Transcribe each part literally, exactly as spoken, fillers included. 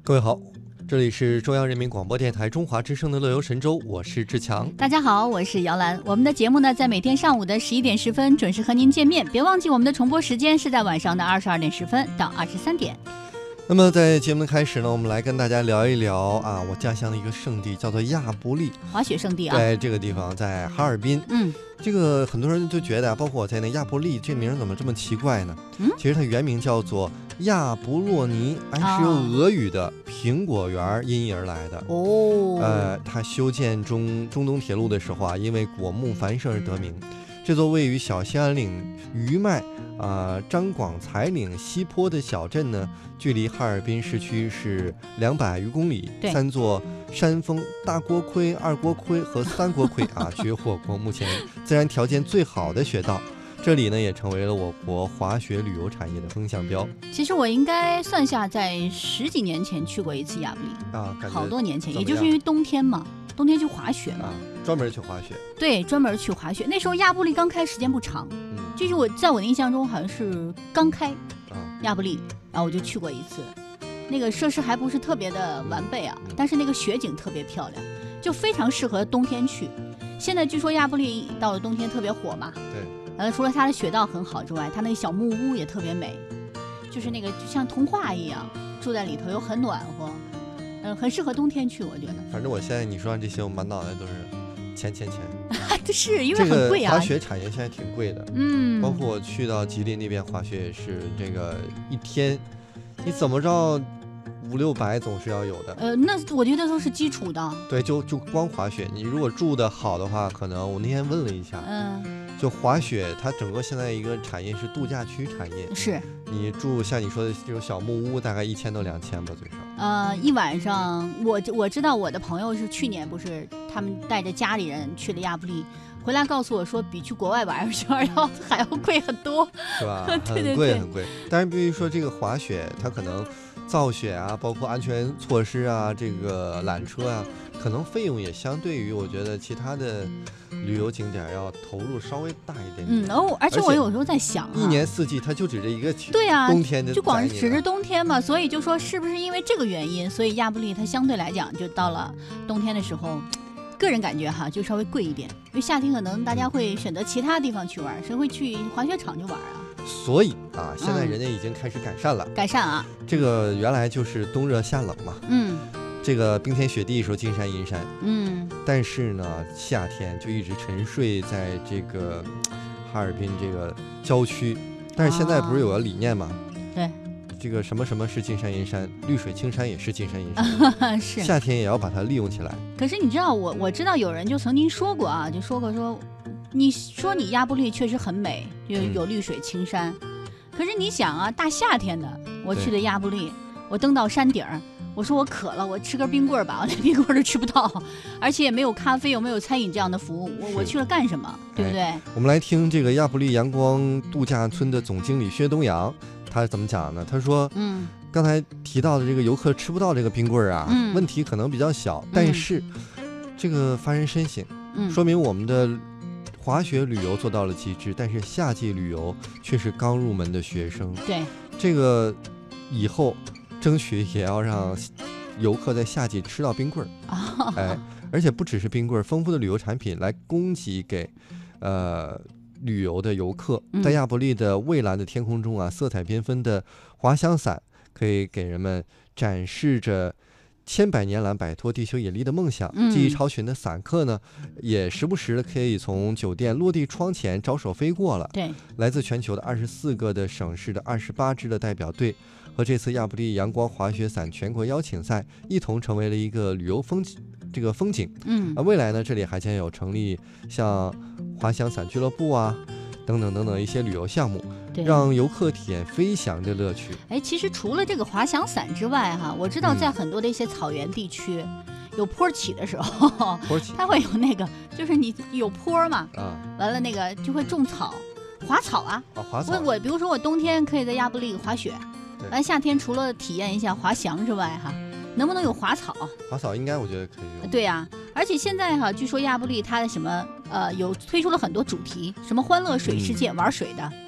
各位好，这里是中央人民广播电台中华之声的乐游神州，我是志强。 大家好，我是姚兰。我们的节目呢，在每天上午的十一点十分准时和您见面，别忘记我们的重播时间是在晚上的二十二点十分到二十三点。 那么在节目的开始呢，我们来跟大家聊一聊啊，我家乡的一个圣地叫做亚布力滑雪圣地啊， 在这个地方，在哈尔滨。 嗯， 这个很多人就觉得，包括我在内，亚布力这名怎么这么奇怪呢？ 嗯， 其实它原名叫做亚布洛尼，哎，是由俄语的苹果园音译而来的。 哦， 呃，它修建中中东铁路的时候啊，因为果木繁盛而得名。这座位于小兴安岭余脉啊、呃、张广才岭西坡的小镇呢，距离哈尔滨市区是两百余公里。三座山峰大锅盔、二锅盔和三锅盔啊，绝获国目前自然条件最好的雪道。这里呢，也成为了我国滑雪旅游产业的风向标。 其实我应该算下，在十几年前去过一次亚布力啊， 好多年前，也就是因为冬天嘛，冬天去滑雪嘛。啊， 专门去滑雪， 对，专门去滑雪。那时候亚布力刚开，时间不长，嗯，就是我在我的印象中好像是刚开啊，亚布力，然后我就去过一次。那个设施还不是特别的完备啊，但是那个雪景特别漂亮，就非常适合冬天去。现在据说亚布力到了冬天特别火嘛， 对， 呃，除了它的雪道很好之外，它那个小木屋也特别美，就是那个就像童话一样，住在里头又很暖和，嗯、呃，很适合冬天去，我觉得。 反正我现在你说完这些，我满脑袋都是钱钱钱。 是因为很贵啊， 这个滑雪产业现在挺贵的， 嗯， 包括我去到吉林那边滑雪也是，这个一天你怎么着五六百总是要有的。 呃，那我觉得都是基础的。 对，就就光滑雪，你如果住的好的话，可能我那天问了一下，嗯，就滑雪它整个现在一个产业是度假区产业， 是你住像你说的这种小木屋，大概一千到两千吧最少。 呃，一晚上，我我知道我的朋友是去年不是他们带着家里人去了亚布力，回来告诉我说比去国外玩去玩要还要贵很多， 是吧？ 对对对， 很贵很贵。但是比如说这个滑雪，它可能造雪啊，包括安全措施啊，这个缆车啊，可能费用也相对于我觉得其他的旅游景点要投入稍微大一点点。 嗯，哦，而且我有时候在想、啊， 一年四季它就指这一个对啊， 冬天的就光只是冬天嘛，所以就说是不是因为这个原因，所以亚布力它相对来讲就到了冬天的时候，个人感觉哈就稍微贵一点，因为夏天可能大家会选择其他地方去玩，谁会去滑雪场去玩啊？ 所以啊，现在人家已经开始改善了， 嗯、改善啊， 这个原来就是冬热夏冷嘛， 嗯。 这个冰天雪地的时候金山银山， 嗯， 但是呢，夏天就一直沉睡在这个哈尔滨这个郊区。但是现在不是有个理念吗？ 啊、对， 这个什么什么是金山银山，绿水青山也是金山银山， 是夏天也要把它利用起来。 可是你知道，我我知道有人就曾经说过啊，就说过说，你说你亚布力确实很美，有有绿水青山，嗯、可是你想啊，大夏天的，我去的亚布力，我登到山顶儿。我说我渴了，我吃根冰棍吧，我连冰棍都吃不到，而且也没有咖啡，又没有餐饮这样的服务，我我去了干什么？对不对？ 哎、我们来听这个亚布力阳光度假村的总经理薛东阳，他怎么讲呢？他说，嗯，刚才提到的这个游客吃不到这个冰棍啊，嗯、问题可能比较小，但是、嗯、这个发人深省，嗯，说明我们的滑雪旅游做到了极致，但是夏季旅游却是刚入门的学生。 对， 这个以后。争取也要让游客在夏季吃到冰棍儿，哦、哎，而且不只是冰棍儿，丰富的旅游产品来供给给，呃，旅游的游客。嗯、在亚布力的蔚蓝的天空中啊，色彩缤纷的滑翔伞可以给人们展示着千百年来摆脱地球引力的梦想。 嗯、 技艺超群的伞客呢，也时不时的可以从酒店落地窗前招手飞过了。 对， 来自全球的二十四个的省市的二十八支的代表队。和这次亚布力阳光滑雪伞全国邀请赛一同成为了一个旅游风这个风景。 嗯， 啊，未来呢，这里还将有成立像滑翔伞俱乐部啊，等等等等一些旅游项目，让游客体验飞翔的乐趣。 哎，其实除了这个滑翔伞之外，哈，我知道在很多的一些草原地区，嗯、有坡起的时候， 坡起它会有那个，就是你有坡嘛， 啊， 完了那个就会种草，滑草啊， 啊滑草。 我我比如说我冬天可以在亚布力滑雪。完夏天除了体验一下滑翔之外，哈，能不能有滑草？ 滑草应该我觉得可以用。 对呀、啊，而且现在哈，据说亚布力它的什么呃有推出了很多主题，什么欢乐水世界、嗯、玩水的，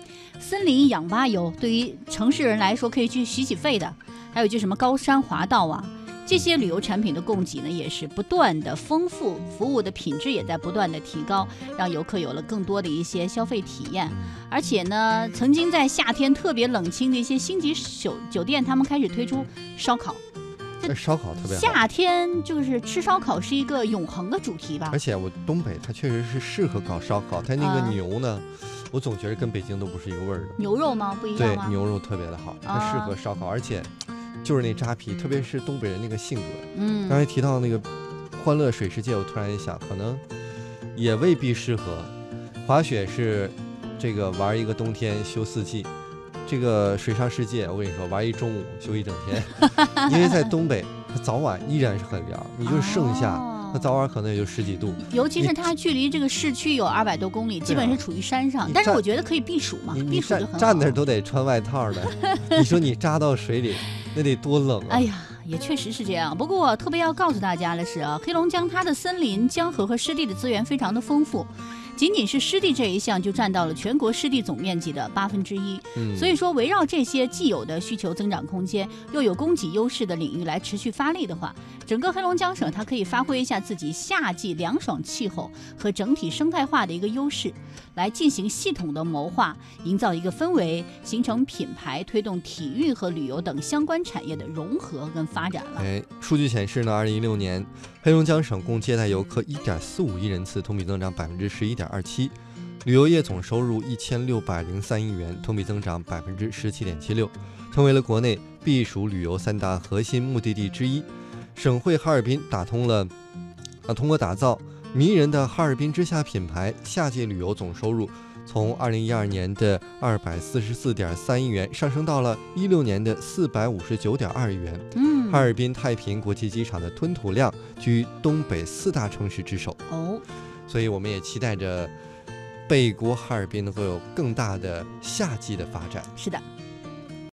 森林氧吧游，对于城市人来说可以去洗洗肺的，还有就什么高山滑道啊。这些旅游产品的供给呢，也是不断的丰富，服务的品质也在不断的提高，让游客有了更多的一些消费体验。而且呢，曾经在夏天特别冷清的一些星级酒酒店，他们开始推出烧烤。 这烧烤特别好， 夏天就是吃烧烤是一个永恒的主题吧。 而且我东北它确实是适合搞烧烤，它那个牛呢，嗯、我总觉得跟北京都不是一个味儿的。 牛肉吗？不一样吗？ 对，牛肉特别的好，它适合烧烤，啊、而且。就是那扎皮，特别是东北人那个性格。嗯，刚才提到那个欢乐水世界，我突然一想，可能也未必适合。滑雪是这个玩一个冬天休四季，这个水上世界，我跟你说，玩一中午休一整天，因为在东北，它早晚依然是很凉，你就是盛夏。哦那早晚可能也就十几度， 尤其是它距离这个市区有二百多公里，基本是处于山上。但是我觉得可以避暑嘛，避暑就很好。 站那都得穿外套的，你说你扎到水里，那得多冷啊！ 哎呀，也确实是这样。不过特别要告诉大家的是啊，黑龙江它的森林、江河和湿地的资源非常的丰富。仅仅是湿地这一项就占到了全国湿地总面积的八分之一，嗯，所以说围绕这些既有的需求增长空间，又有供给优势的领域来持续发力的话，整个黑龙江省它可以发挥一下自己夏季凉爽气候和整体生态化的一个优势，来进行系统的谋划，营造一个氛围，形成品牌，推动体育和旅游等相关产业的融合跟发展了。 哎，数据显示呢，二零一六年黑龙江省共接待游客一点四五亿人次，同比增长百分之十一点二七，旅游业总收入一千六百零三亿元，同比增长百分之十七点七六，成为了国内避暑旅游三大核心目的地之一。省会哈尔滨打通了，啊，通过打造迷人的哈尔滨之夏品牌，夏季旅游总收入从二零一二年的二百四十四点三亿元上升到了一六年的四百五十九点二亿元。嗯，哈尔滨太平国际机场的吞吐量居东北四大城市之首。哦，所以我们也期待着北国哈尔滨能够有更大的夏季的发展。 是的。